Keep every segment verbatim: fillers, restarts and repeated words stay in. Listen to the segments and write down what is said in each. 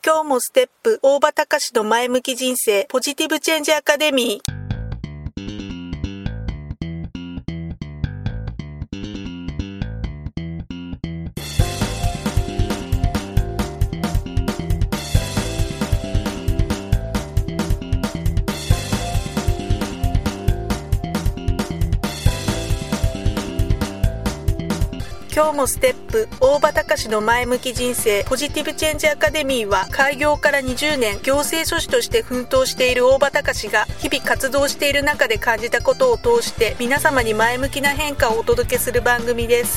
今日もステップ大場隆の前向き人生ポジティブチェンジアカデミー。今日もステップ大場隆の前向き人生ポジティブチェンジアカデミーは、開業からにじゅうねん行政書士として奮闘している大場隆が日々活動している中で感じたことを通して皆様に前向きな変化をお届けする番組です。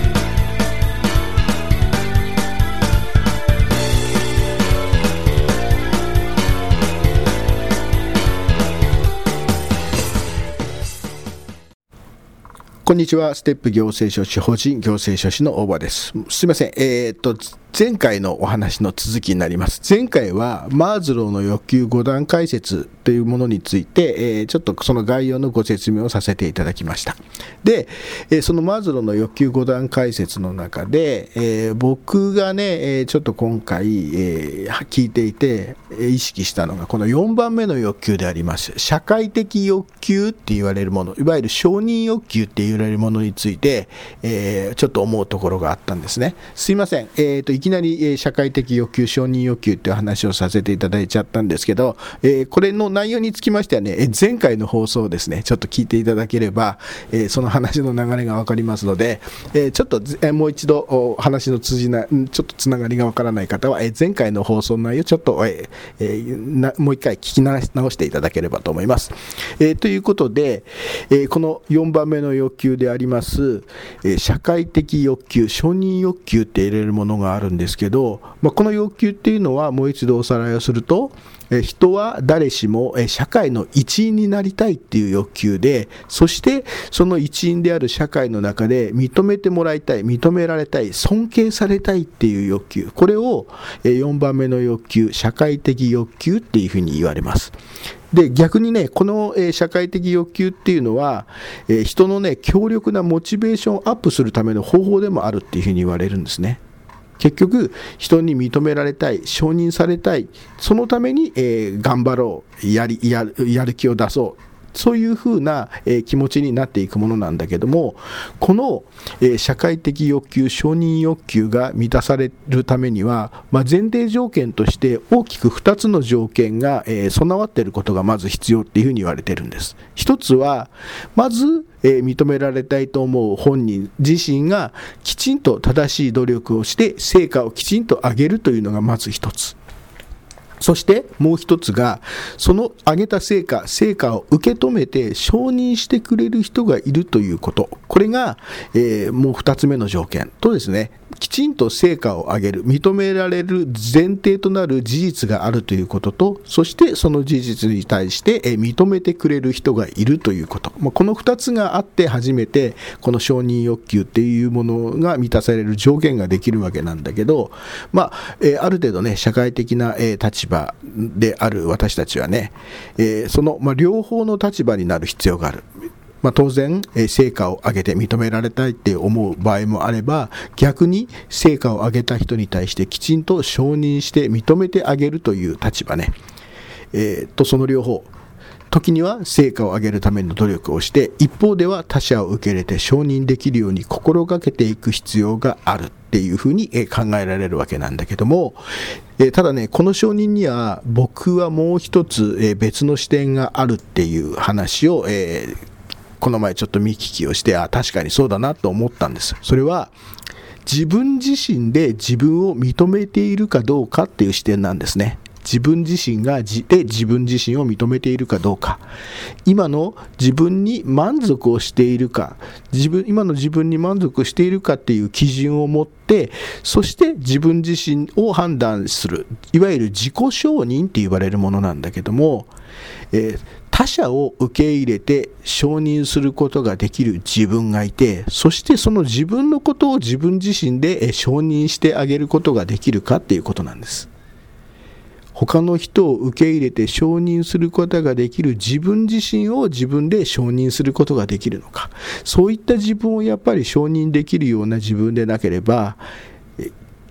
こんにちは。ステップ行政書士法人行政書士の大場です。すいません。えー、っと前回のお話の続きになります。前回はマーズローの欲求ご段解説というものについて、えー、ちょっとその概要のご説明をさせていただきました。で、えー、そのマーズローの欲求ご段解説の中で、えー、僕がね、えー、ちょっと今回、えー、聞いていて意識したのがこのよんばんめの欲求であります社会的欲求って言われるもの、いわゆる承認欲求って言われるものについて、えー、ちょっと思うところがあったんですね。すいません。えーといきなり社会的欲求、承認欲求という話をさせていただいちゃったんですけど、えー、これの内容につきましてはね、前回の放送をですね、ちょっと聞いていただければ、えー、その話の流れが分かりますので、えー、ちょっと、えー、もう一度話の通じない、ちょっとつながりが分からない方は、えー、前回の放送の内容をちょっと、えーえー、なもう一回聞き直していただければと思います。えー、ということで、えー、このよんばんめの欲求であります、えー、社会的欲求、承認欲求って入れるものがあるんですけど、まあ、この欲求っていうのはもう一度おさらいをすると、え人は誰しもえ社会の一員になりたいっていう欲求で、そしてその一員である社会の中で認めてもらいたい、認められたい、尊敬されたいっていう欲求、これをよんばんめの欲求、社会的欲求っていうふうに言われます。で、逆にね、この、えー、社会的欲求っていうのは、えー、人のね、強力なモチベーションをアップするための方法でもあるっていうふうに言われるんですね。結局、人に認められたい、承認されたい、そのために、えー、頑張ろう、やり、やる、やる気を出そう。そういうふうな、えー、気持ちになっていくものなんだけども、この、えー、社会的欲求、承認欲求が満たされるためには、まあ、前提条件として大きくふたつの条件が、えー、備わっていることがまず必要っていうふうに言われているんです。一つは、まず、えー、認められたいと思う本人自身がきちんと正しい努力をして成果をきちんと上げるというのがまず一つ。そしてもう一つが、その上げた成果、成果を受け止めて承認してくれる人がいるということ。これが、えー、もう二つ目の条件とですね、きちんと成果を上げる、認められる前提となる事実があるということと、そしてその事実に対して認めてくれる人がいるということ。この二つがあって初めてこの承認欲求っていうものが満たされる条件ができるわけなんだけど、まあ、ある程度ね、社会的な立場である私たちはね、その、まあ、両方の立場になる必要がある。まあ、当然、成果を上げて認められたいって思う場合もあれば、逆に成果を上げた人に対してきちんと承認して認めてあげるという立場ね。えー、とその両方、時には成果を上げるための努力をして、一方では他者を受け入れて承認できるように心がけていく必要があるっていうふうに考えられるわけなんだけども、ただね、この承認には僕はもう一つ別の視点があるっていう話を、えーこの前ちょっと見聞きをして、あ、確かにそうだなと思ったんです。それは自分自身で自分を認めているかどうかっていう視点なんですね。自分自身がで自分自身を認めているかどうか、今の自分に満足をしているか、自分今の自分に満足しているかっていう基準を持って、そして自分自身を判断する、いわゆる自己承認って言われるものなんだけども、えー他者を受け入れて承認することができる自分がいて、そしてその自分のことを自分自身で承認してあげることができるかっていうことなんです。他の人を受け入れて承認することができる自分自身を自分で承認することができるのか、そういった自分をやっぱり承認できるような自分でなければ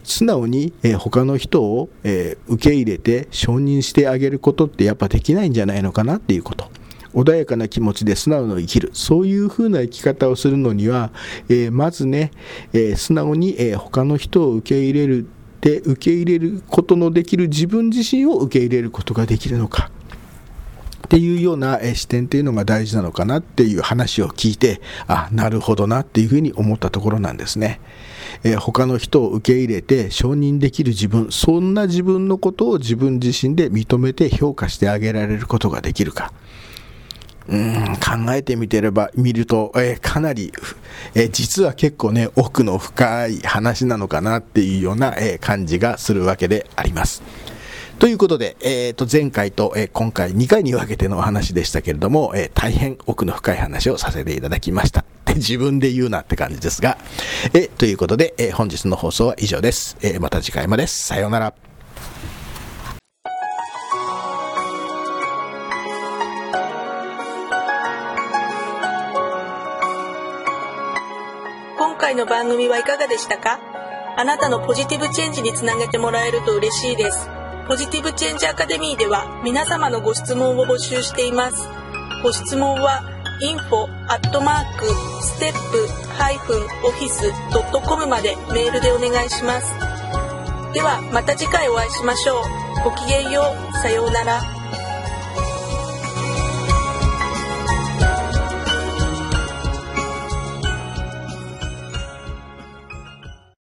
素直に、えー、他の人を、えー、受け入れて承認してあげることってやっぱできないんじゃないのかなっていうこと。穏やかな気持ちで素直に生きる、そういう風な生き方をするのには、えー、まずね、えー、素直に、えー、他の人を受け入れるで受け入れることのできる自分自身を受け入れることができるのかっていうような、えー、視点っていうのが大事なのかなっていう話を聞いて、あ、なるほどなっていうふうに思ったところなんですね。えー、他の人を受け入れて承認できる自分、そんな自分のことを自分自身で認めて評価してあげられることができるか。うーん考えてみてれば見ると、えー、かなり、えー、実は結構ね奥の深い話なのかなっていうような、えー、感じがするわけであります。ということで、えー、と前回と、えー、今回にかいに分けてのお話でしたけれども、えー、大変奥の深い話をさせていただきましたって自分で言うなって感じですが、えー、ということで、えー、本日の放送は以上です。えー、また次回まで。さようなら。 今回の番組はいかがでしたか？あなたのポジティブチェンジにつなげてもらえると嬉しいです。ポジティブチェンジアカデミーでは皆様のご質問を募集しています。ご質問は インフォ アットマーク ステップ ハイフン オフィス ドット コム までメールでお願いします。ではまた次回お会いしましょう。ごきげんよう。さようなら。